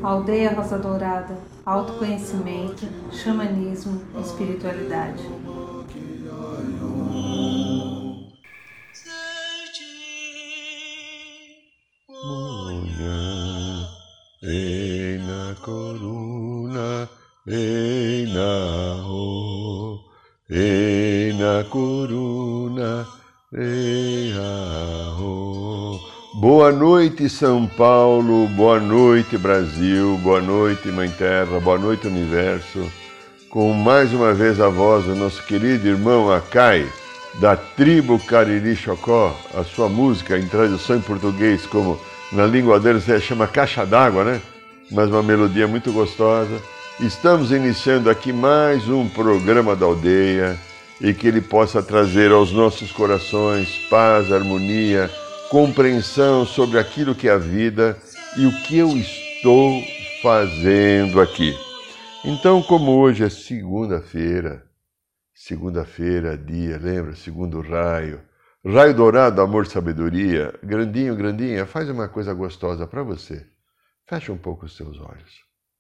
Aldeia Rosa Dourada, autoconhecimento, xamanismo, espiritualidade. Eina coruna, eina ho, eina coruna, eina ho. Boa noite, São Paulo, boa noite, Brasil, boa noite, Mãe Terra, boa noite, Universo. Com mais uma vez a voz do nosso querido irmão Acai, da tribo Cariri Chocó, a sua música em tradução em português, como na língua deles se chama Caixa d'Água, né? Mas uma melodia muito gostosa. Estamos iniciando aqui mais um programa da aldeia e que ele possa trazer aos nossos corações paz, harmonia, compreensão sobre aquilo que é a vida e o que eu estou fazendo aqui. Então, como hoje é segunda-feira, dia, lembra? Segundo raio dourado, amor, sabedoria, grandinho, grandinha, faz uma coisa gostosa para você. Fecha um pouco os seus olhos.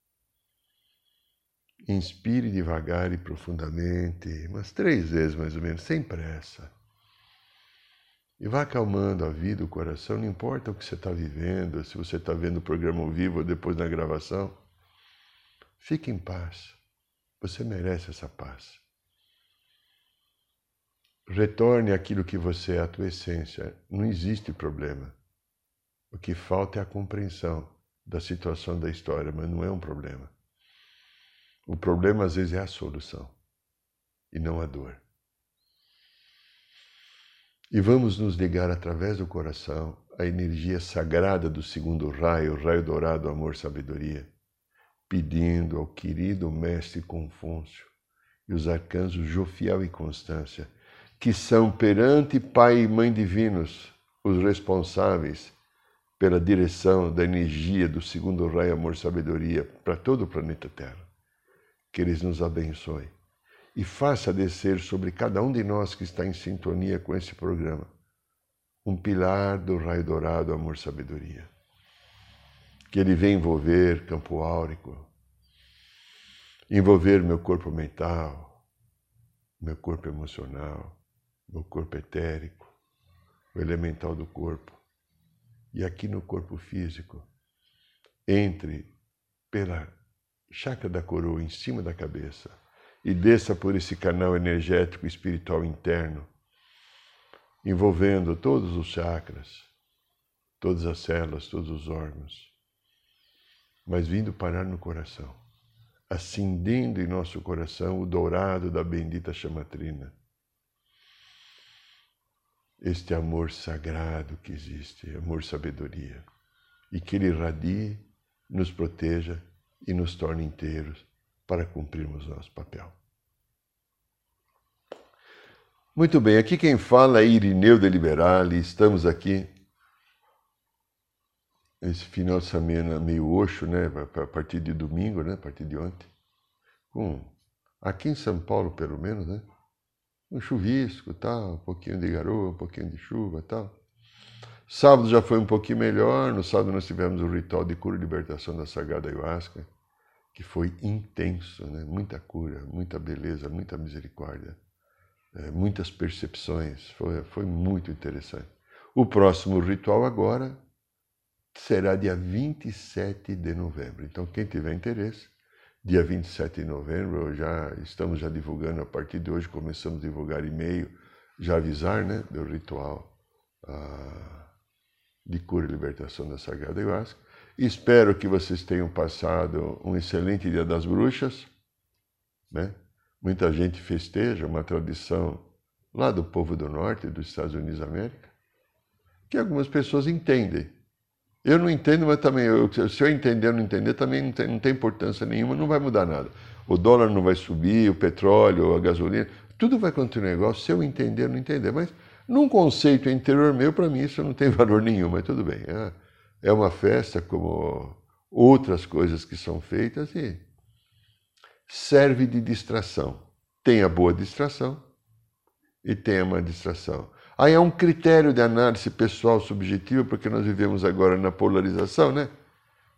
Inspire devagar e profundamente, umas 3 vezes mais ou menos, sem pressa. E vá acalmando a vida, o coração, não importa o que você está vivendo, se você está vendo o programa ao vivo ou depois na gravação. Fique em paz. Você merece essa paz. Retorne àquilo que você é, a tua essência. Não existe problema. O que falta é a compreensão da situação da história, mas não é um problema. O problema, às vezes, é a solução e não a dor. E vamos nos ligar através do coração à energia sagrada do segundo raio, o raio dourado, amor, sabedoria, pedindo ao querido mestre Confúcio e os arcanjos Jofiel e Constância, que são perante Pai e Mãe divinos os responsáveis pela direção da energia do segundo raio amor sabedoria para todo o planeta Terra. Que eles nos abençoem e faça descer sobre cada um de nós que está em sintonia com esse programa um pilar do raio dourado amor sabedoria. Que ele venha envolver campo áurico, envolver meu corpo mental, meu corpo emocional, meu corpo etérico, o elemental do corpo, e aqui no corpo físico, entre pela chakra da coroa em cima da cabeça e desça por esse canal energético espiritual interno, envolvendo todos os chakras, todas as células, todos os órgãos, mas vindo parar no coração, acendendo em nosso coração o dourado da bendita chamatrina. Este amor sagrado que existe, amor sabedoria, e que ele irradie, nos proteja e nos torne inteiros para cumprirmos nosso papel. Muito bem, aqui quem fala é Irineu de Liberale, estamos aqui, esse final de semana meio oxo, né, a partir de domingo, né, a partir de ontem, aqui em São Paulo pelo menos, né, um chuvisco, tal, um pouquinho de garoa, um pouquinho de chuva, tal. Sábado já foi um pouquinho melhor. No sábado nós tivemos o ritual de cura e libertação da Sagrada Ayahuasca, que foi intenso, né? Muita cura, muita beleza, muita misericórdia, muitas percepções. Foi muito interessante. O próximo ritual agora será dia 27 de novembro. Então, quem tiver interesse, dia 27 de novembro, estamos divulgando, a partir de hoje começamos a divulgar e-mail, já avisar, né, do ritual de cura e libertação da Sagrada Ayahuasca. Espero que vocês tenham passado um excelente Dia das Bruxas, né? Muita gente festeja, uma tradição lá do povo do norte, dos Estados Unidos da América, que algumas pessoas entendem. Eu não entendo, mas também, se eu entender ou não entender, também não tem importância nenhuma, não vai mudar nada. O dólar não vai subir, o petróleo, a gasolina, tudo vai continuar igual, se eu entender ou não entender. Mas, num conceito interior meu, para mim isso não tem valor nenhum, mas tudo bem. É uma festa como outras coisas que são feitas e serve de distração. Tem a boa distração e tem a má distração. Aí é um critério de análise pessoal subjetiva, porque nós vivemos agora na polarização, né?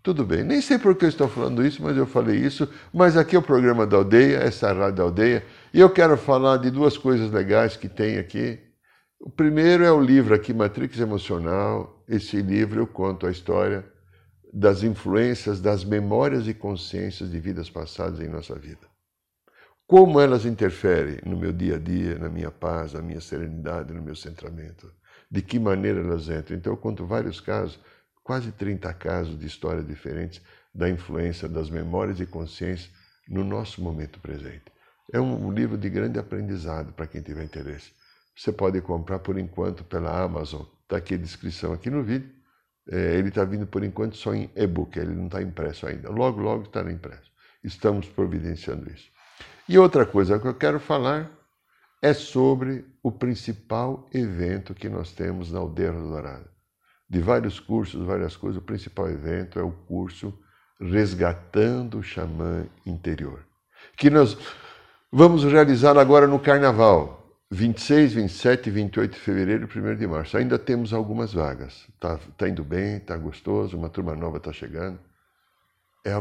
Tudo bem, nem sei por que eu estou falando isso, mas eu falei isso. Mas aqui é o programa da aldeia, essa é a rádio da aldeia, e eu quero falar de duas coisas legais que tem aqui. O primeiro é o livro aqui, Matrix Emocional. Esse livro eu conto a história das influências, das memórias e consciências de vidas passadas em nossa vida. Como elas interferem no meu dia a dia, na minha paz, na minha serenidade, no meu centramento. De que maneira elas entram. Então eu conto vários casos, quase 30 casos de histórias diferentes da influência das memórias e consciências no nosso momento presente. É um livro de grande aprendizado para quem tiver interesse. Você pode comprar por enquanto pela Amazon. Está aqui a descrição aqui no vídeo. Ele está vindo por enquanto só em e-book, ele não está impresso ainda. Logo, logo estará impresso. Estamos providenciando isso. E outra coisa que eu quero falar é sobre o principal evento que nós temos na Aldeia Rosa Dourada. De vários cursos, várias coisas, o principal evento é o curso Resgatando o Xamã Interior, que nós vamos realizar agora no Carnaval, 26, 27 e 28 de fevereiro e 1º de março. Ainda temos algumas vagas. Tá indo bem, tá gostoso, uma turma nova está chegando. É o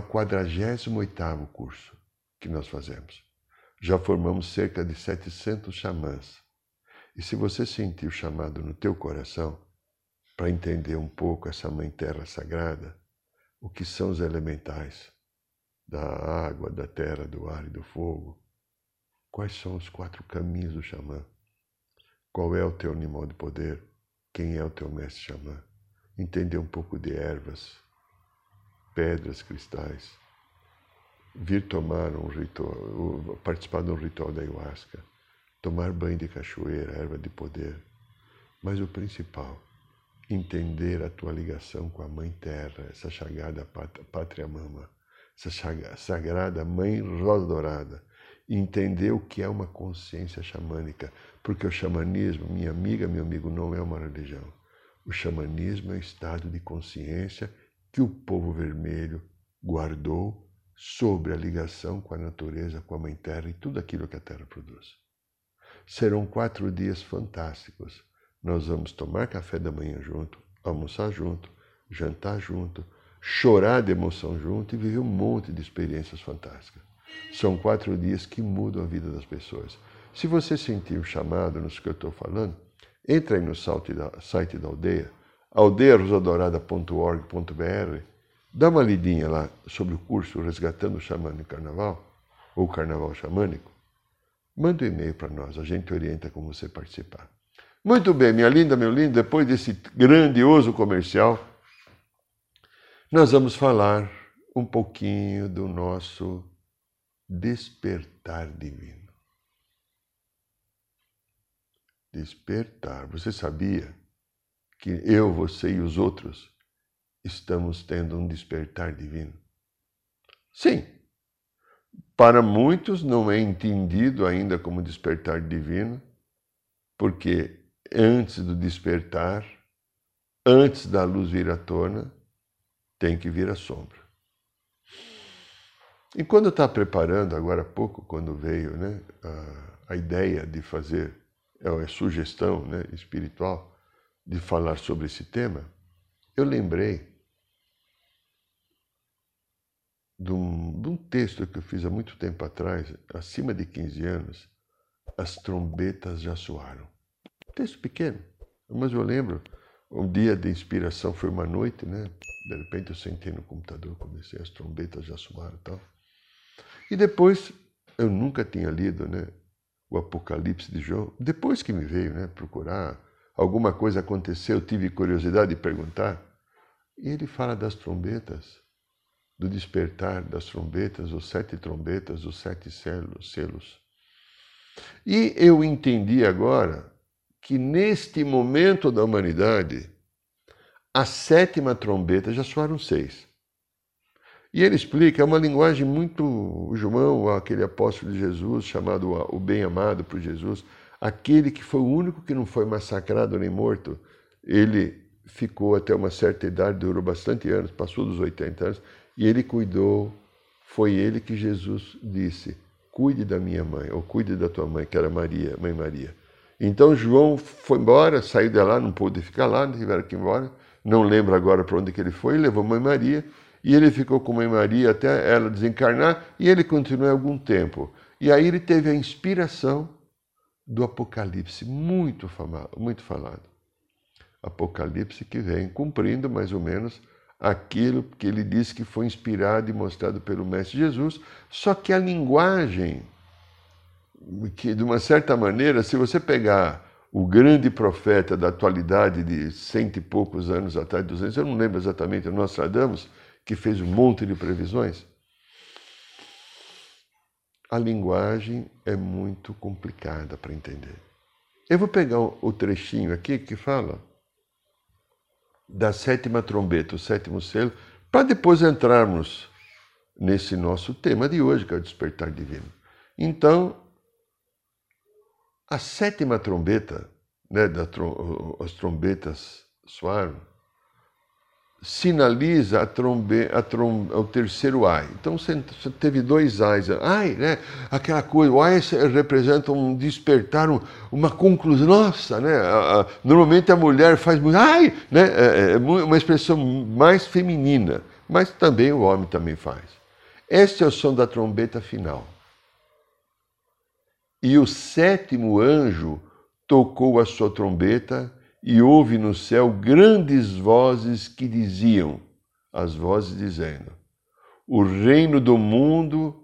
48º curso que nós fazemos. Já formamos cerca de 700 xamãs. E se você sentir o chamado no teu coração, para entender um pouco essa Mãe Terra Sagrada, o que são os elementais da água, da terra, do ar e do fogo, quais são os 4 caminhos do xamã, qual é o teu animal de poder, quem é o teu mestre xamã, entender um pouco de ervas, pedras, cristais, vir tomar um ritual, participar de um ritual da ayahuasca, tomar banho de cachoeira, erva de poder, mas o principal, entender a tua ligação com a Mãe Terra, essa sagrada Pátria Mama, essa sagrada Mãe Rosa Dourada, entender o que é uma consciência xamânica, porque o xamanismo, minha amiga, meu amigo, não é uma religião. O xamanismo é um estado de consciência que o povo vermelho guardou sobre a ligação com a natureza, com a Mãe Terra e tudo aquilo que a Terra produz. Serão 4 dias fantásticos. Nós vamos tomar café da manhã junto, almoçar junto, jantar junto, chorar de emoção junto e viver um monte de experiências fantásticas. São 4 dias que mudam a vida das pessoas. Se você sentir o chamado nos que eu estou falando, entra aí no site da aldeia, aldeiarosadorada.org.br, dá uma lidinha lá sobre o curso Resgatando o Xamã no Carnaval, ou Carnaval Xamânico. Manda um e-mail para nós, a gente orienta como você participar. Muito bem, minha linda, meu lindo, depois desse grandioso comercial, nós vamos falar um pouquinho do nosso despertar divino. Despertar. Você sabia que eu, você e os outros estamos tendo um despertar divino? Sim. Para muitos não é entendido ainda como despertar divino, porque antes do despertar, antes da luz vir à tona, tem que vir a sombra. E quando eu estava preparando, agora há pouco, quando veio a ideia de fazer, a sugestão espiritual, de falar sobre esse tema, eu lembrei de um texto que eu fiz há muito tempo atrás, acima de 15 anos, As Trombetas Já Soaram. Texto pequeno, mas eu lembro, um dia de inspiração foi uma noite, de repente eu sentei no computador, comecei, as trombetas já soaram e tal. E depois, eu nunca tinha lido o Apocalipse de João, depois que me veio procurar, alguma coisa aconteceu, eu tive curiosidade de perguntar, e ele fala das trombetas, do despertar das trombetas, os 7 trombetas, os 7 selos. E eu entendi agora que neste momento da humanidade, a 7ª trombeta já soaram 6. E ele explica, é uma linguagem muito, o João, aquele apóstolo de Jesus, chamado o bem-amado por Jesus, aquele que foi o único que não foi massacrado nem morto, ele ficou até uma certa idade, durou bastante anos, passou dos 80 anos, e ele cuidou, foi ele que Jesus disse, cuide da minha mãe, ou cuide da tua mãe, que era Maria, Mãe Maria. Então João foi embora, saiu de lá, não pôde ficar lá, tiveram que ir embora, não lembro agora para onde que ele foi, levou Mãe Maria, e ele ficou com a Mãe Maria até ela desencarnar, e ele continuou algum tempo. E aí ele teve a inspiração do Apocalipse, muito falado. Apocalipse que vem cumprindo mais ou menos aquilo que ele disse que foi inspirado e mostrado pelo Mestre Jesus, só que a linguagem, que de uma certa maneira, se você pegar o grande profeta da atualidade de 100 e poucos anos atrás, 200, eu não lembro exatamente, Nostradamus, que fez um monte de previsões, a linguagem é muito complicada para entender. Eu vou pegar o trechinho aqui que fala da 7ª trombeta, o 7º selo, para depois entrarmos nesse nosso tema de hoje, que é o despertar divino. Então, a 7ª trombeta, né, as trombetas soaram, sinaliza o terceiro ai. Então você teve 2 ais. Ai, né? Aquela coisa, o ai representa um despertar, uma conclusão. Nossa, né? Normalmente a mulher faz muito ai, né? É uma expressão mais feminina, mas também o homem também faz. Este é o som da trombeta final. E o 7º anjo tocou a sua trombeta, e houve no céu grandes vozes que diziam, as vozes dizendo, os reinos do mundo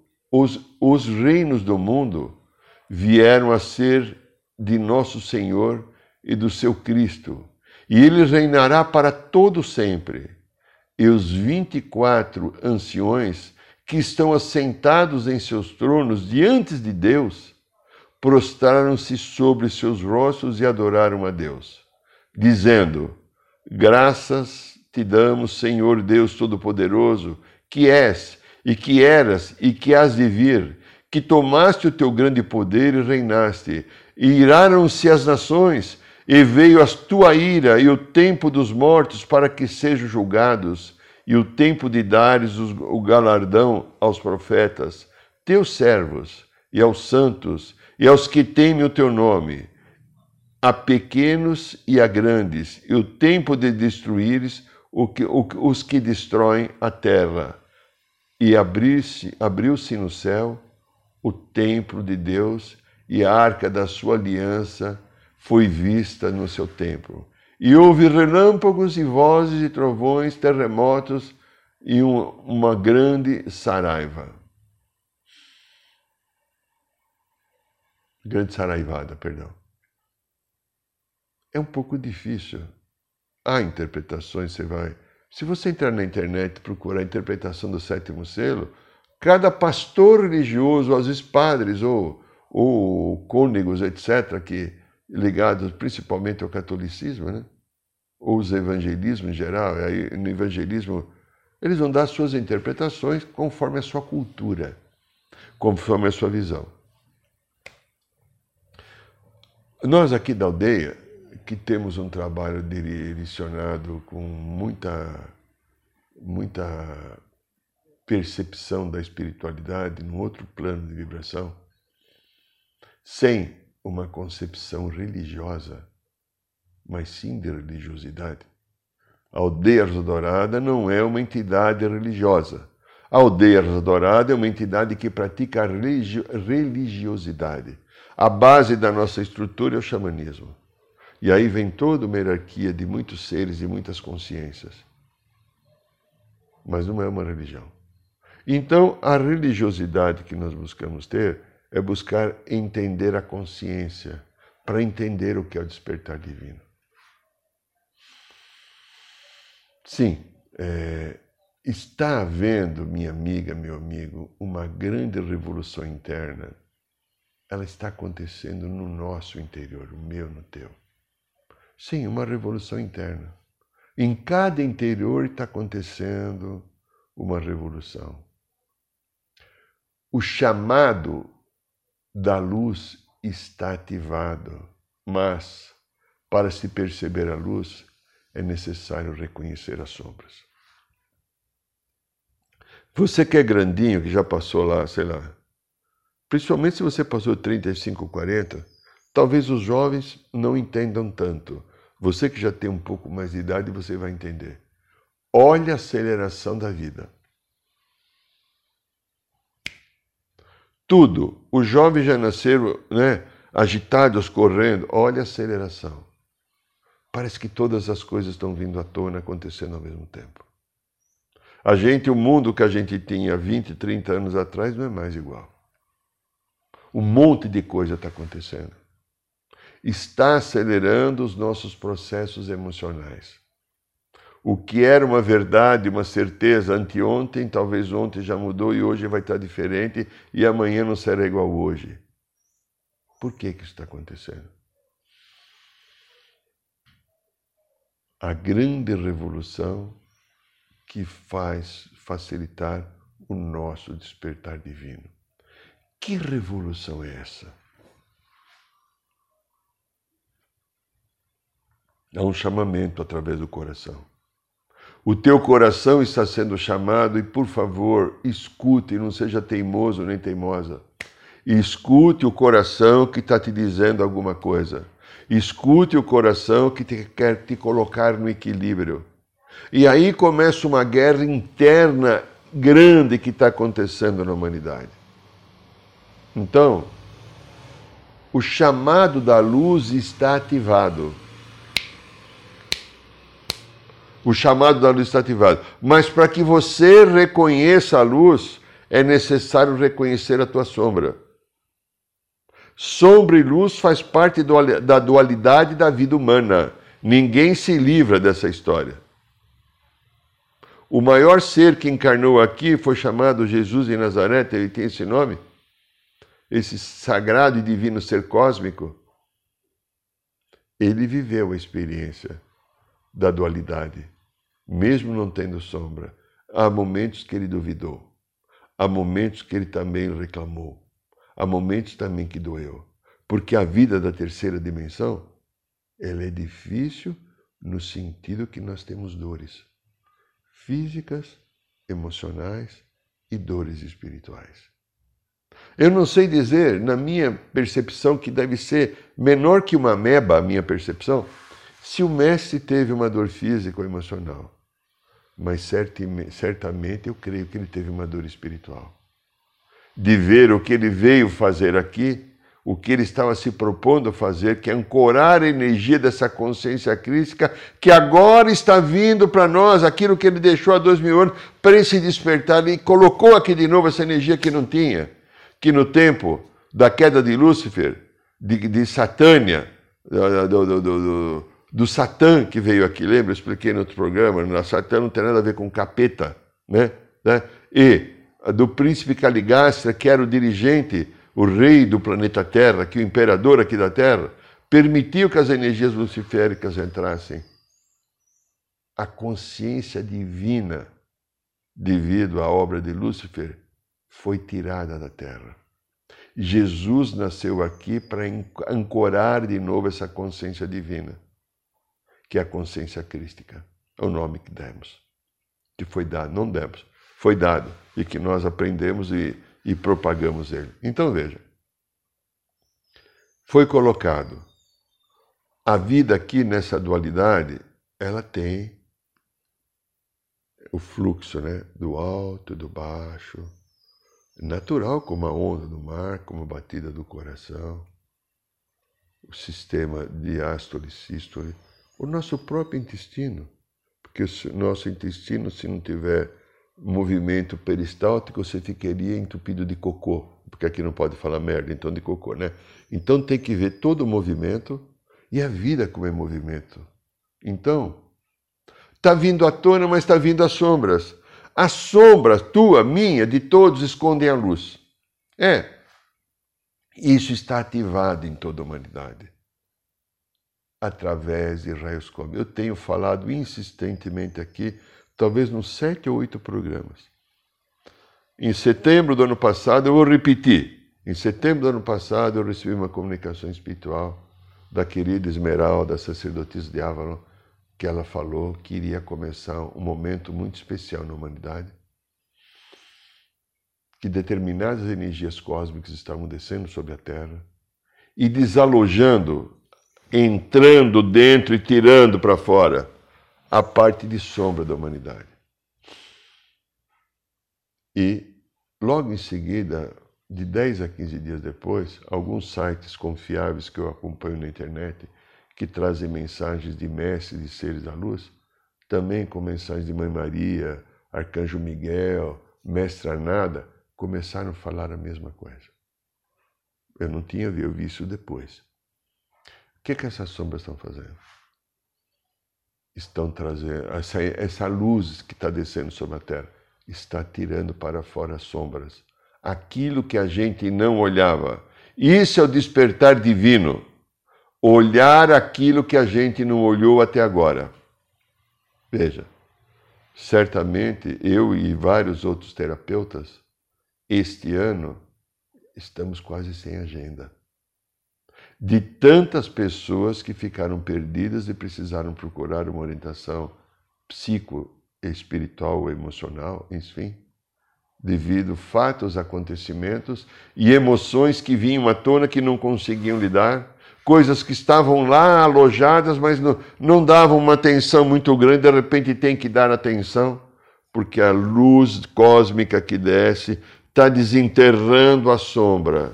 vieram a ser de nosso Senhor e do seu Cristo, e ele reinará para todo sempre. E os 24 anciões que estão assentados em seus tronos diante de Deus, prostraram-se sobre seus rostos e adoraram a Deus, dizendo, graças te damos, Senhor Deus Todo-Poderoso, que és, e que eras, e que has de vir, que tomaste o teu grande poder e reinaste, e iraram-se as nações, e veio a tua ira e o tempo dos mortos para que sejam julgados, e o tempo de dares o galardão aos profetas, teus servos, e aos santos, e aos que temem o teu nome, a pequenos e a grandes, e o tempo de destruíres os que destroem a terra. E abriu-se no céu o templo de Deus, e a arca da sua aliança foi vista no seu templo. E houve relâmpagos e vozes e trovões, terremotos e uma grande saraiva. Grande saraivada, perdão. É um pouco difícil. Há interpretações, se você entrar na internet e procurar a interpretação do 7º selo, cada pastor religioso, às vezes padres ou cônegos, etc., que ligados principalmente ao catolicismo, né? Ou os evangelismos em geral, aí no evangelismo eles vão dar suas interpretações conforme a sua cultura, conforme a sua visão. Nós aqui da aldeia, que temos um trabalho direcionado com muita percepção da espiritualidade num outro plano de vibração, sem uma concepção religiosa, mas sim de religiosidade. A Aldeia Rosa Dourada não é uma entidade religiosa. A Aldeia Rosa Dourada é uma entidade que pratica a religiosidade. A base da nossa estrutura é o xamanismo. E aí vem toda uma hierarquia de muitos seres e muitas consciências. Mas não é uma religião. Então, a religiosidade que nós buscamos ter é buscar entender a consciência, para entender o que é o despertar divino. Sim, está havendo, minha amiga, meu amigo, uma grande revolução interna. Ela está acontecendo no nosso interior, o meu, no teu. Sim, uma revolução interna. Em cada interior está acontecendo uma revolução. O chamado da luz está ativado, mas para se perceber a luz é necessário reconhecer as sombras. Você que é grandinho, que já passou lá, sei lá, principalmente se você passou 35, 40, talvez os jovens não entendam tanto. Você que já tem um pouco mais de idade, você vai entender. Olha a aceleração da vida. Tudo. Os jovens já nasceram, né, agitados, correndo. Olha a aceleração. Parece que todas as coisas estão vindo à tona, acontecendo ao mesmo tempo. O mundo que a gente tinha 20, 30 anos atrás não é mais igual. Um monte de coisa está acontecendo. Está acelerando os nossos processos emocionais. O que era uma verdade, uma certeza anteontem, talvez ontem já mudou e hoje vai estar diferente e amanhã não será igual hoje. Por que isso está acontecendo? A grande revolução que faz facilitar o nosso despertar divino. Que revolução é essa? É um chamamento através do coração. O teu coração está sendo chamado e, por favor, escute, não seja teimoso nem teimosa. Escute o coração que está te dizendo alguma coisa. Escute o coração que quer te colocar no equilíbrio. E aí começa uma guerra interna grande que está acontecendo na humanidade. Então, o chamado da luz está ativado. O chamado da luz está ativado. Mas para que você reconheça a luz, é necessário reconhecer a tua sombra. Sombra e luz faz parte da dualidade da vida humana. Ninguém se livra dessa história. O maior ser que encarnou aqui foi chamado Jesus de Nazaré, ele tem esse nome? Esse sagrado e divino ser cósmico. Ele viveu a experiência da dualidade, mesmo não tendo sombra. Há momentos que ele duvidou, há momentos que ele também reclamou, há momentos também que doeu, porque a vida da terceira dimensão, ela é difícil no sentido que nós temos dores físicas, emocionais e dores espirituais. Eu não sei dizer, na minha percepção, que deve ser menor que uma ameba, a minha percepção, se o mestre teve uma dor física ou emocional. Mas certamente eu creio que ele teve uma dor espiritual. De ver o que ele veio fazer aqui, o que ele estava se propondo a fazer, que é ancorar a energia dessa consciência crística, que agora está vindo para nós, aquilo que ele deixou há 2000 anos, para ele se despertar e colocou aqui de novo essa energia que não tinha. Que no tempo da queda de Lúcifer, de Satânia, do Satã que veio aqui, lembra? Eu expliquei no outro programa, o Satã não tem nada a ver com capeta, né? E do príncipe Caligastra, que era o dirigente, o rei do planeta Terra, que o imperador aqui da Terra, permitiu que as energias luciféricas entrassem. A consciência divina, devido à obra de Lúcifer, foi tirada da Terra. Jesus nasceu aqui para ancorar de novo essa consciência divina, que é a consciência crística. É o nome que demos, que foi dado, não demos, foi dado, e que nós aprendemos e propagamos ele. Então veja, foi colocado, a vida aqui nessa dualidade, ela tem o fluxo, né, do alto e do baixo, natural como a onda do mar, como a batida do coração, o sistema diástole e sístole, o nosso próprio intestino, porque o nosso intestino, se não tiver movimento peristáltico, você ficaria entupido de cocô, porque aqui não pode falar merda, então de cocô, né? Então tem que ver todo o movimento e a vida como é movimento. Então, está vindo à tona, mas está vindo às sombras. As sombras, tua, minha, de todos, escondem a luz. Isso está ativado em toda a humanidade, através de raios cósmicos. Eu tenho falado insistentemente aqui, talvez nos 7 ou 8 programas. Em setembro do ano passado, eu vou repetir, em setembro do ano passado eu recebi uma comunicação espiritual da querida Esmeralda, sacerdotisa de Avalon, que ela falou que iria começar um momento muito especial na humanidade, que determinadas energias cósmicas estavam descendo sobre a Terra e desalojando, entrando dentro e tirando para fora a parte de sombra da humanidade. E logo em seguida, de 10 a 15 dias depois, alguns sites confiáveis que eu acompanho na internet, que trazem mensagens de mestres de seres da luz, também com mensagens de Mãe Maria, Arcanjo Miguel, Mestre Arnada, começaram a falar a mesma coisa. Eu não tinha, eu vi isso depois. O que essas sombras estão fazendo? Estão trazendo, essa luz que está descendo sobre a Terra, está tirando para fora as sombras. Aquilo que a gente não olhava. Isso é o despertar divino. Olhar aquilo que a gente não olhou até agora. Veja, certamente eu e vários outros terapeutas, este ano, estamos quase sem agenda. De tantas pessoas que ficaram perdidas e precisaram procurar uma orientação psico-espiritual ou emocional, enfim, devido a fatos, acontecimentos e emoções que vinham à tona que não conseguiam lidar, coisas que estavam lá alojadas, mas não davam uma atenção muito grande, de repente tem que dar atenção, porque a luz cósmica que desce está desenterrando a sombra.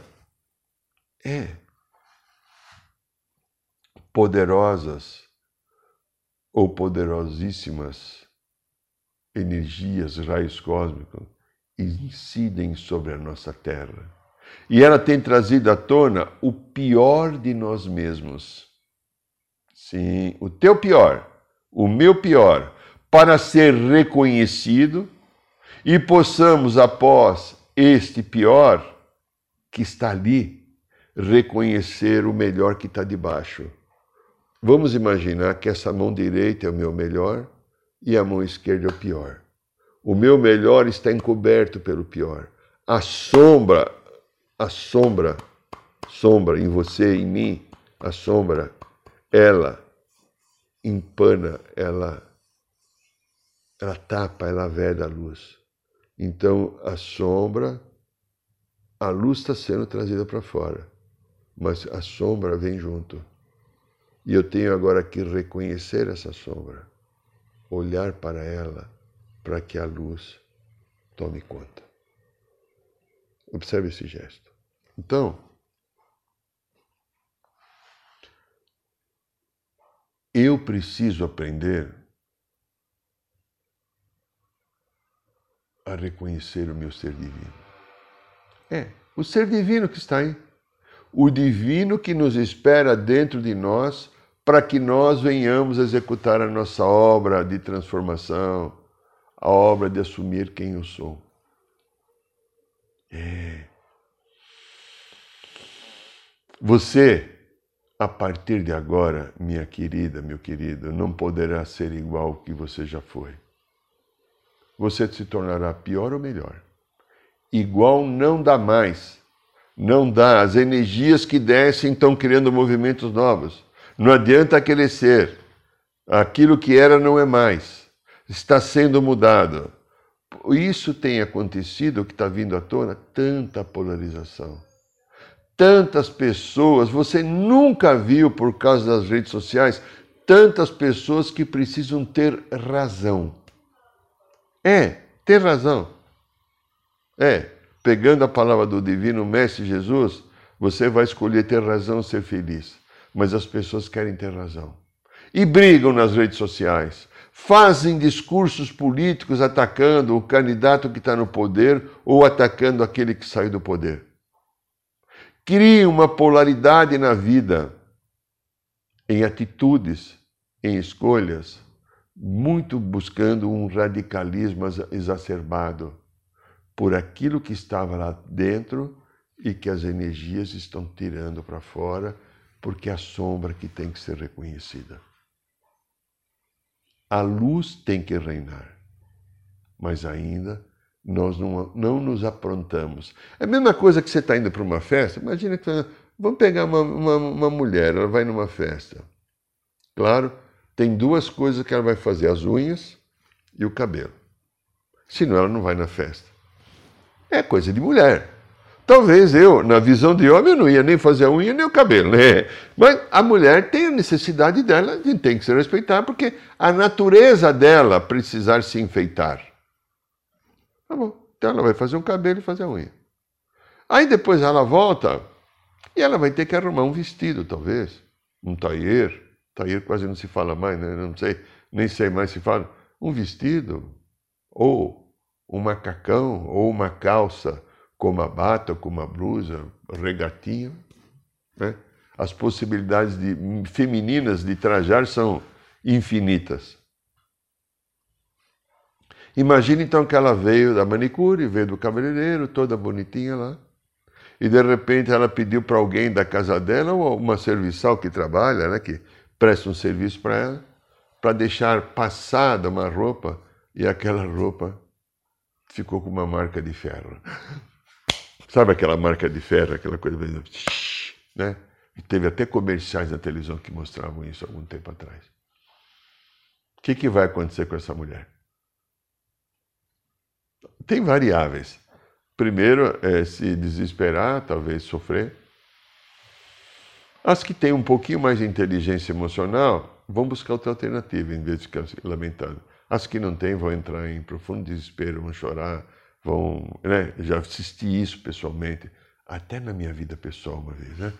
Poderosas ou poderosíssimas energias, raios cósmicos, incidem sobre a nossa Terra. E ela tem trazido à tona o pior de nós mesmos. Sim, o teu pior, o meu pior, para ser reconhecido e possamos, após este pior que está ali, reconhecer o melhor que está debaixo. Vamos imaginar que essa mão direita é o meu melhor e a mão esquerda é o pior. O meu melhor está encoberto pelo pior. A sombra em você, em mim, a sombra, ela empana, ela tapa, ela veda a luz. Então, a luz está sendo trazida para fora, mas a sombra vem junto. E eu tenho agora que reconhecer essa sombra, olhar para ela, para que a luz tome conta. Observe esse gesto. Então, eu preciso aprender a reconhecer o meu ser divino. O ser divino que está aí. O divino que nos espera dentro de nós para que nós venhamos executar a nossa obra de transformação, a obra de assumir quem eu sou. Você, a partir de agora, minha querida, meu querido, não poderá ser igual ao que você já foi. Você se tornará pior ou melhor. Igual não dá mais. Não dá. As energias que descem estão criando movimentos novos. Não adianta aquele ser. Aquilo que era não é mais. Está sendo mudado. Isso tem acontecido, o que está vindo à tona, tanta polarização. Tantas pessoas, você nunca viu por causa das redes sociais, tantas pessoas que precisam ter razão. Ter razão. Pegando a palavra do Divino Mestre Jesus, você vai escolher ter razão, ser feliz. Mas as pessoas querem ter razão. E brigam nas redes sociais. Fazem discursos políticos atacando o candidato que está no poder ou atacando aquele que saiu do poder. Criam uma polaridade na vida, em atitudes, em escolhas, muito buscando um radicalismo exacerbado por aquilo que estava lá dentro e que as energias estão tirando para fora, porque é a sombra que tem que ser reconhecida. A luz tem que reinar, mas ainda nós não nos aprontamos. É a mesma coisa que você está indo para uma festa, imagina que vamos pegar uma mulher, ela vai numa festa. Claro, tem duas coisas que ela vai fazer, as unhas e o cabelo. Senão ela não vai na festa. É coisa de mulher. Talvez eu, na visão de homem, eu não ia nem fazer a unha nem o cabelo, né? Mas a mulher tem a necessidade dela, e tem que ser respeitada, porque a natureza dela precisar se enfeitar. Tá bom, então ela vai fazer um cabelo e fazer a unha. Aí depois ela volta e ela vai ter que arrumar um vestido, talvez, um tailleur. Tailleur quase não se fala mais, né? Não sei, nem sei mais se fala. Um vestido, ou um macacão, ou uma calça, com uma bata, com uma blusa, regatinho, né? As possibilidades femininas de trajar são infinitas. Imagine então que ela veio da manicure, veio do cabeleireiro, toda bonitinha lá, e de repente ela pediu para alguém da casa dela, ou uma serviçal que trabalha, né, que presta um serviço para ela, para deixar passada uma roupa, e aquela roupa ficou com uma marca de ferro. Sabe aquela marca de ferro, aquela coisa, né? E teve até comerciais na televisão que mostravam isso há algum tempo atrás. O que vai acontecer com essa mulher? Tem variáveis. Primeiro, se desesperar, talvez sofrer. As que têm um pouquinho mais de inteligência emocional vão buscar outra alternativa, em vez de ficar se lamentando. As que não têm vão entrar em profundo desespero, vão chorar, vão... né? Já assisti isso pessoalmente, até na minha vida pessoal uma vez, né?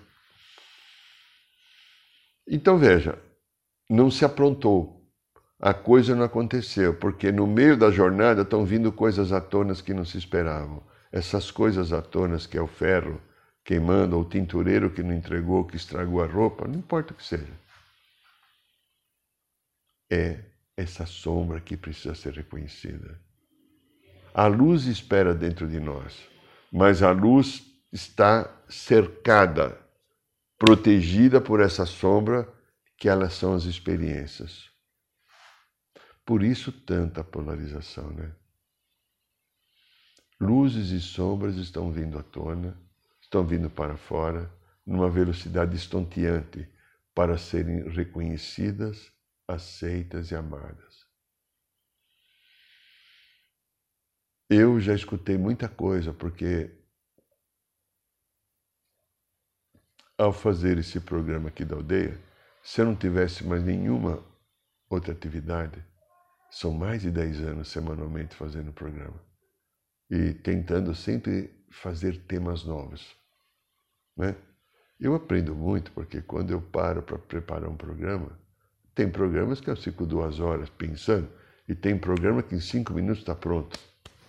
Então, veja, não se aprontou. A coisa não aconteceu, porque no meio da jornada estão vindo coisas à tona que não se esperavam. Essas coisas à tona, que é o ferro queimando, ou o tintureiro que não entregou, que estragou a roupa, não importa o que seja. É essa sombra que precisa ser reconhecida. A luz espera dentro de nós, mas a luz está cercada, protegida por essa sombra, que elas são as experiências. Por isso tanta polarização, né? Luzes e sombras estão vindo à tona, estão vindo para fora, numa velocidade estonteante, para serem reconhecidas, aceitas e amadas. Eu já escutei muita coisa, porque ao fazer esse programa aqui da aldeia, se eu não tivesse mais nenhuma outra atividade, são mais de 10 anos semanalmente fazendo o programa e tentando sempre fazer temas novos, né? Eu aprendo muito, porque quando eu paro para preparar um programa, tem programas que eu fico 2 horas pensando, e tem programa que em 5 minutos está pronto.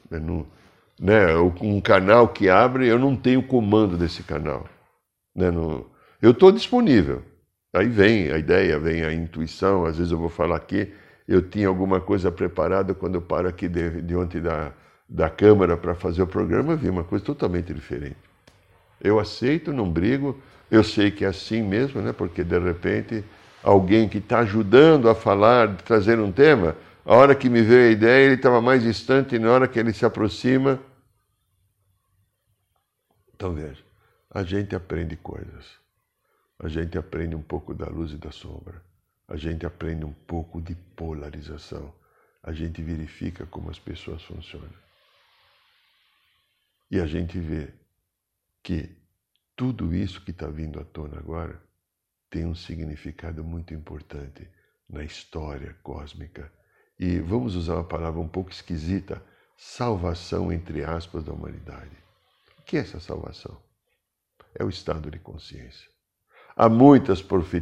Um canal que abre, eu não tenho comando desse canal. Né? Eu estou disponível. Aí vem a ideia, vem a intuição, às vezes eu vou falar aqui, eu tinha alguma coisa preparada, quando eu paro aqui diante da câmera para fazer o programa, eu vi uma coisa totalmente diferente. Eu aceito, não brigo, eu sei que é assim mesmo, né? Porque de repente alguém que está ajudando a falar, trazer um tema, a hora que me veio a ideia, ele estava mais distante, e na hora que ele se aproxima... Então veja, a gente aprende coisas. A gente aprende um pouco da luz e da sombra. A gente aprende um pouco de polarização. A gente verifica como as pessoas funcionam. E a gente vê que tudo isso que está vindo à tona agora tem um significado muito importante na história cósmica. E vamos usar uma palavra um pouco esquisita, salvação, entre aspas, da humanidade. O que é essa salvação? É o estado de consciência. Há muitas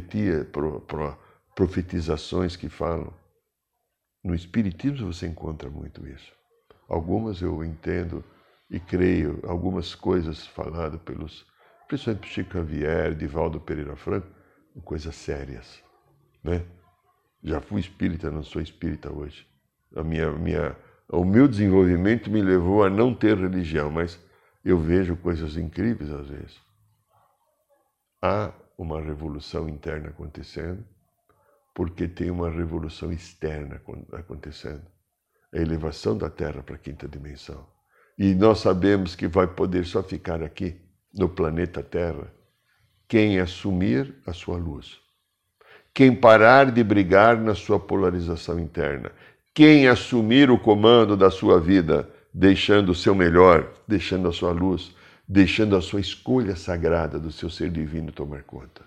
profetizações que falam. No Espiritismo você encontra muito isso. Algumas eu entendo e creio, algumas coisas faladas principalmente Chico Xavier, Divaldo Pereira Franco, coisas sérias, né? Já fui espírita, não sou espírita hoje. O meu desenvolvimento me levou a não ter religião, mas eu vejo coisas incríveis às vezes. Há uma revolução interna acontecendo, porque tem uma revolução externa acontecendo. A elevação da Terra para a 5ª dimensão. E nós sabemos que vai poder só ficar aqui, no planeta Terra, quem assumir a sua luz. Quem parar de brigar na sua polarização interna. Quem assumir o comando da sua vida, deixando o seu melhor, deixando a sua luz, deixando a sua escolha sagrada do seu ser divino tomar conta.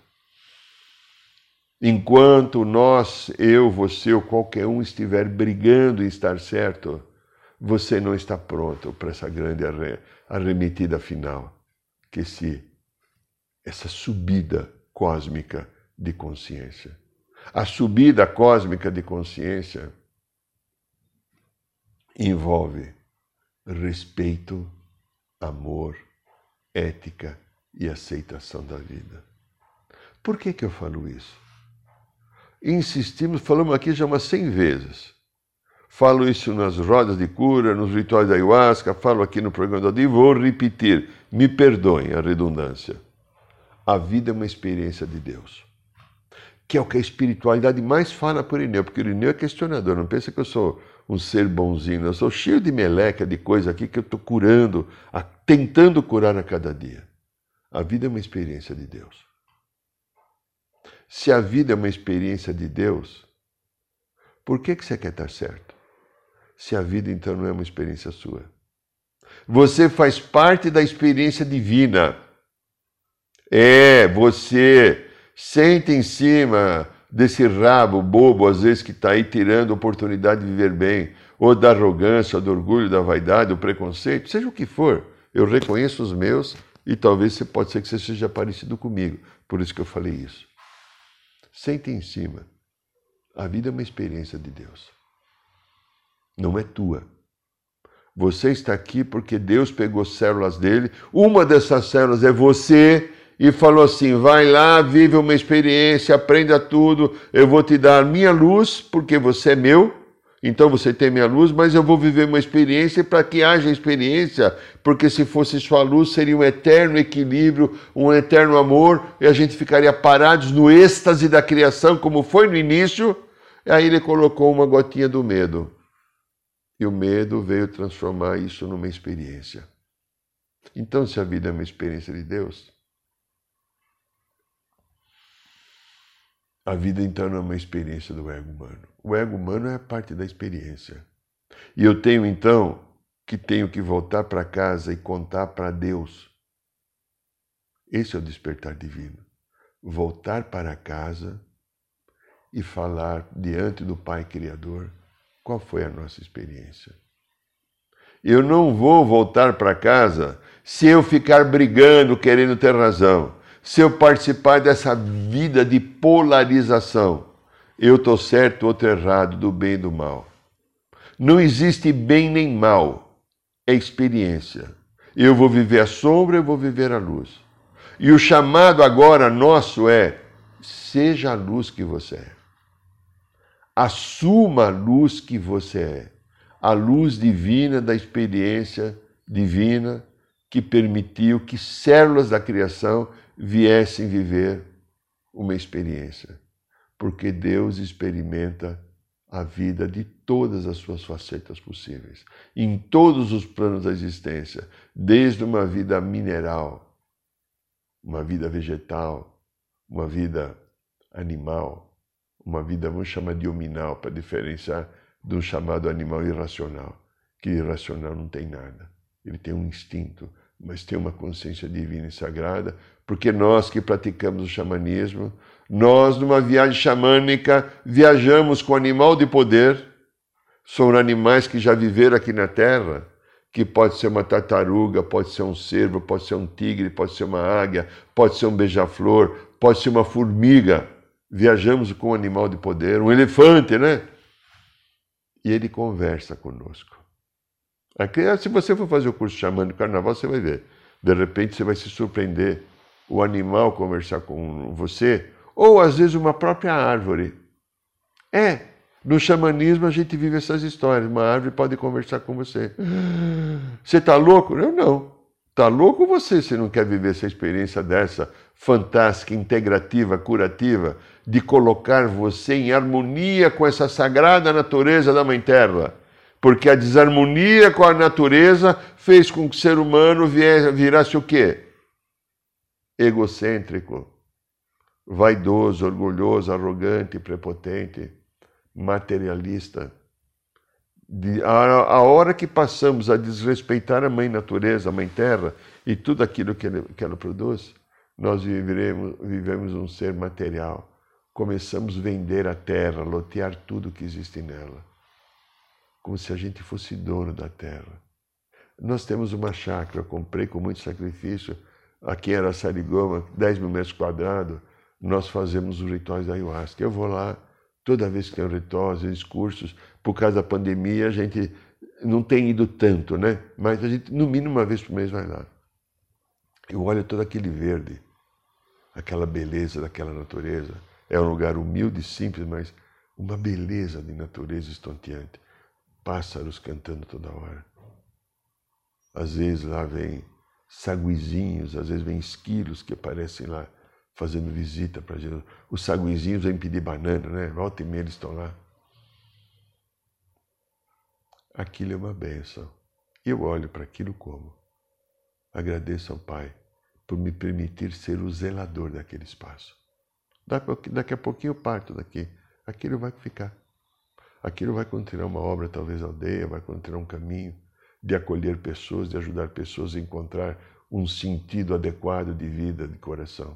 Enquanto nós, eu, você ou qualquer um estiver brigando em estar certo, você não está pronto para essa grande arremetida final, que essa subida cósmica de consciência. A subida cósmica de consciência envolve respeito, amor, ética e aceitação da vida. Por que eu falo isso? Insistimos, falamos aqui já umas 100 vezes. Falo isso nas rodas de cura, nos rituais da ayahuasca, falo aqui no programa do Adi, vou repetir, me perdoem a redundância. A vida é uma experiência de Deus, que é o que a espiritualidade mais fala por Irineu, porque o Irineu é questionador, não pensa que eu sou um ser bonzinho, eu sou cheio de meleca, de coisa aqui que eu estou curando, tentando curar a cada dia. A vida é uma experiência de Deus. Se a vida é uma experiência de Deus, por que você quer estar certo? Se a vida então não é uma experiência sua. Você faz parte da experiência divina. Você sente em cima desse rabo bobo, às vezes, que está aí tirando a oportunidade de viver bem, ou da arrogância, do orgulho, da vaidade, do preconceito, seja o que for. Eu reconheço os meus e talvez pode ser que você seja parecido comigo. Por isso que eu falei isso. Sente em cima. A vida é uma experiência de Deus. Não é tua. Você está aqui porque Deus pegou células dele. Uma dessas células é você e falou assim, vai lá, vive uma experiência, aprenda tudo. Eu vou te dar minha luz porque você é meu. Então você tem minha luz, mas eu vou viver uma experiência para que haja experiência, porque se fosse sua luz seria um eterno equilíbrio, um eterno amor, e a gente ficaria parados no êxtase da criação, como foi no início. E aí ele colocou uma gotinha do medo. E o medo veio transformar isso numa experiência. Então, se a vida é uma experiência de Deus, a vida então não é uma experiência do ego humano. O ego humano é parte da experiência. E eu tenho então que voltar para casa e contar para Deus. Esse é o despertar divino. Voltar para casa e falar diante do Pai Criador qual foi a nossa experiência. Eu não vou voltar para casa se eu ficar brigando, querendo ter razão. Se eu participar dessa vida de polarização, eu estou certo, outro errado, do bem e do mal. Não existe bem nem mal, é experiência. Eu vou viver a sombra, eu vou viver a luz. E o chamado agora nosso é, seja a luz que você é. Assuma a luz que você é. A luz divina da experiência divina que permitiu que células da criação viessem viver uma experiência. Porque Deus experimenta a vida de todas as suas facetas possíveis, em todos os planos da existência, desde uma vida mineral, uma vida vegetal, uma vida animal, uma vida, vamos chamar de hominal, para diferenciar de um chamado animal irracional, que irracional não tem nada, ele tem um instinto, mas tem uma consciência divina e sagrada, porque nós que praticamos o xamanismo, nós numa viagem xamânica viajamos com animal de poder, são animais que já viveram aqui na Terra, que pode ser uma tartaruga, pode ser um cervo, pode ser um tigre, pode ser uma águia, pode ser um beija-flor, pode ser uma formiga. Viajamos com um animal de poder, um elefante, né? E ele conversa conosco. Aqui, se você for fazer o curso xamânico carnaval, você vai ver. De repente você vai se surpreender. O animal conversar com você, ou às vezes uma própria árvore. No xamanismo a gente vive essas histórias. Uma árvore pode conversar com você. Você está louco? Eu não. Está louco você se não quer viver essa experiência dessa fantástica, integrativa, curativa, de colocar você em harmonia com essa sagrada natureza da Mãe Terra. Porque a desarmonia com a natureza fez com que o ser humano virasse o quê? Egocêntrico, vaidoso, orgulhoso, arrogante, prepotente, materialista, A hora que passamos a desrespeitar a Mãe Natureza, a Mãe Terra e tudo aquilo que ela produz, nós vivemos um ser material. Começamos a vender a terra, lotear tudo que existe nela, como se a gente fosse dono da terra. Nós temos uma chácara, eu comprei com muito sacrifício, aqui em Araçarigama, 10 mil metros quadrados, nós fazemos os rituais da ayahuasca. Eu vou lá, toda vez que tem rituais, cursos, por causa da pandemia, a gente não tem ido tanto, né? Mas a gente, no mínimo, uma vez por mês vai lá. Eu olho todo aquele verde, aquela beleza daquela natureza. É um lugar humilde, simples, mas uma beleza de natureza estonteante. Pássaros cantando toda hora. Às vezes lá vem saguizinhos, às vezes vem esquilos que aparecem lá fazendo visita para gente. Os saguizinhos vêm pedir banana, né? Volta e meia eles estão lá. Aquilo é uma bênção. Eu olho para aquilo como? Agradeço ao Pai por me permitir ser o zelador daquele espaço. Daqui a pouquinho eu parto daqui. Aquilo vai ficar. Aquilo vai continuar uma obra, talvez aldeia, vai continuar um caminho de acolher pessoas, de ajudar pessoas a encontrar um sentido adequado de vida, de coração.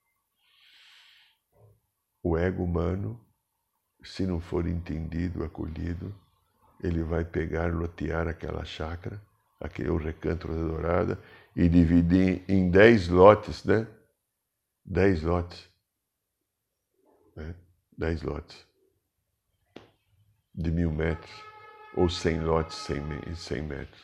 O ego humano, se não for entendido, acolhido, ele vai pegar, lotear aquela chácara, aquele recanto da dourada, e dividir em 10 lotes, né? 10 lotes. Né? 10 lotes. De 1000 metros. Ou 100 lotes, 100 metros.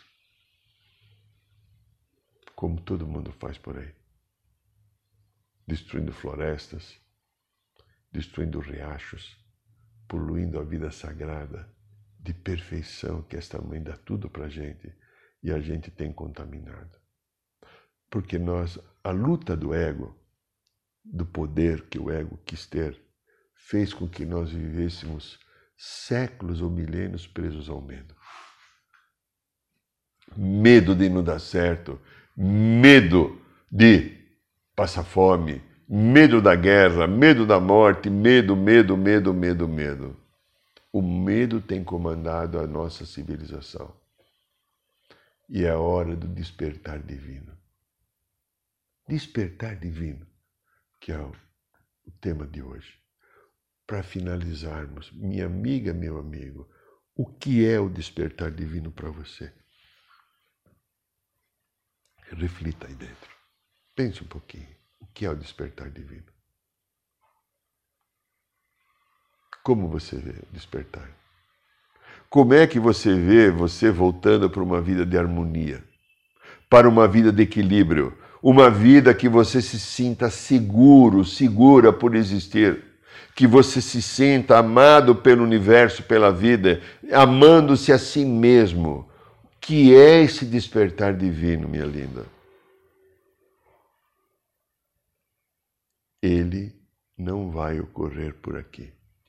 Como todo mundo faz por aí. Destruindo florestas, destruindo riachos, poluindo a vida sagrada de perfeição que esta mãe dá tudo para a gente e a gente tem contaminado. Porque a luta do ego, do poder que o ego quis ter, fez com que nós vivêssemos séculos ou milênios presos ao medo. Medo de não dar certo, medo de passar fome, medo da guerra, medo da morte, medo. O medo tem comandado a nossa civilização. E é a hora do despertar divino. Despertar divino, que é o tema de hoje. Para finalizarmos, minha amiga, meu amigo, o que é o despertar divino para você? Reflita aí dentro. Pense um pouquinho. O que é o despertar divino? Como você vê o despertar? Como é que você vê você voltando para uma vida de harmonia? Para uma vida de equilíbrio? Uma vida que você se sinta seguro, segura por existir. Que você se sinta amado pelo universo, pela vida, amando-se a si mesmo. Que é esse despertar divino, minha linda? Ele não vai ocorrer por aqui.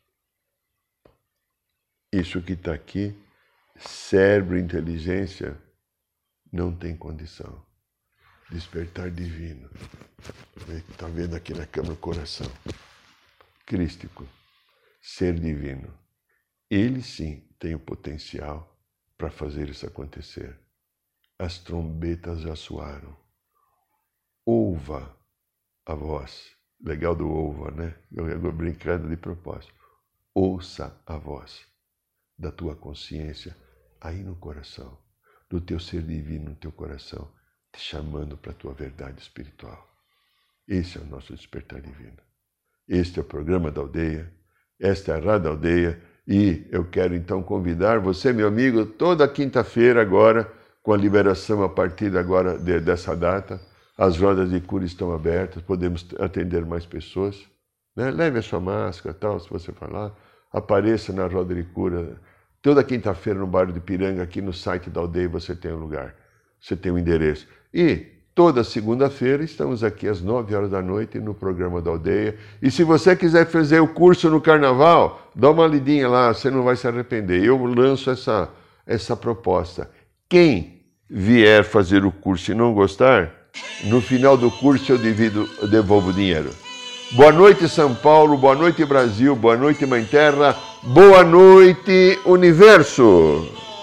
Isso que está aqui, cérebro e inteligência, não tem condição. Despertar divino. Está vendo aqui na câmera o coração. Crístico. Ser divino. Ele sim tem o potencial para fazer isso acontecer. As trombetas já soaram. Ouva a voz. Legal do ouva, né? Eu vou brincando de propósito. Ouça a voz da tua consciência aí no coração, do teu ser divino no teu coração, te chamando para a tua verdade espiritual. Esse é o nosso despertar divino. Este é o programa da aldeia, esta é a Rádio Aldeia, e eu quero então convidar você, meu amigo, toda quinta-feira agora, com a liberação a partir de agora dessa data, as rodas de cura estão abertas, podemos atender mais pessoas. Né? Leve a sua máscara, tal, se você falar. Apareça na roda de cura. Toda quinta-feira no bairro de Piranga, aqui no site da aldeia, você tem um lugar. Você tem um endereço. E toda segunda-feira estamos aqui às 9 horas da noite no programa da aldeia. E se você quiser fazer o curso no carnaval, dá uma lidinha lá, você não vai se arrepender. Eu lanço essa proposta. Quem vier fazer o curso e não gostar, no final do curso eu devolvo o dinheiro. Boa noite, São Paulo, boa noite, Brasil, boa noite, Mãe Terra, boa noite, Universo!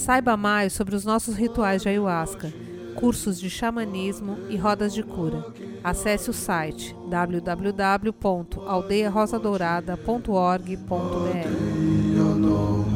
Saiba mais sobre os nossos rituais de ayahuasca, cursos de xamanismo e rodas de cura. Acesse o site www.aldeiarosadourada.org.br.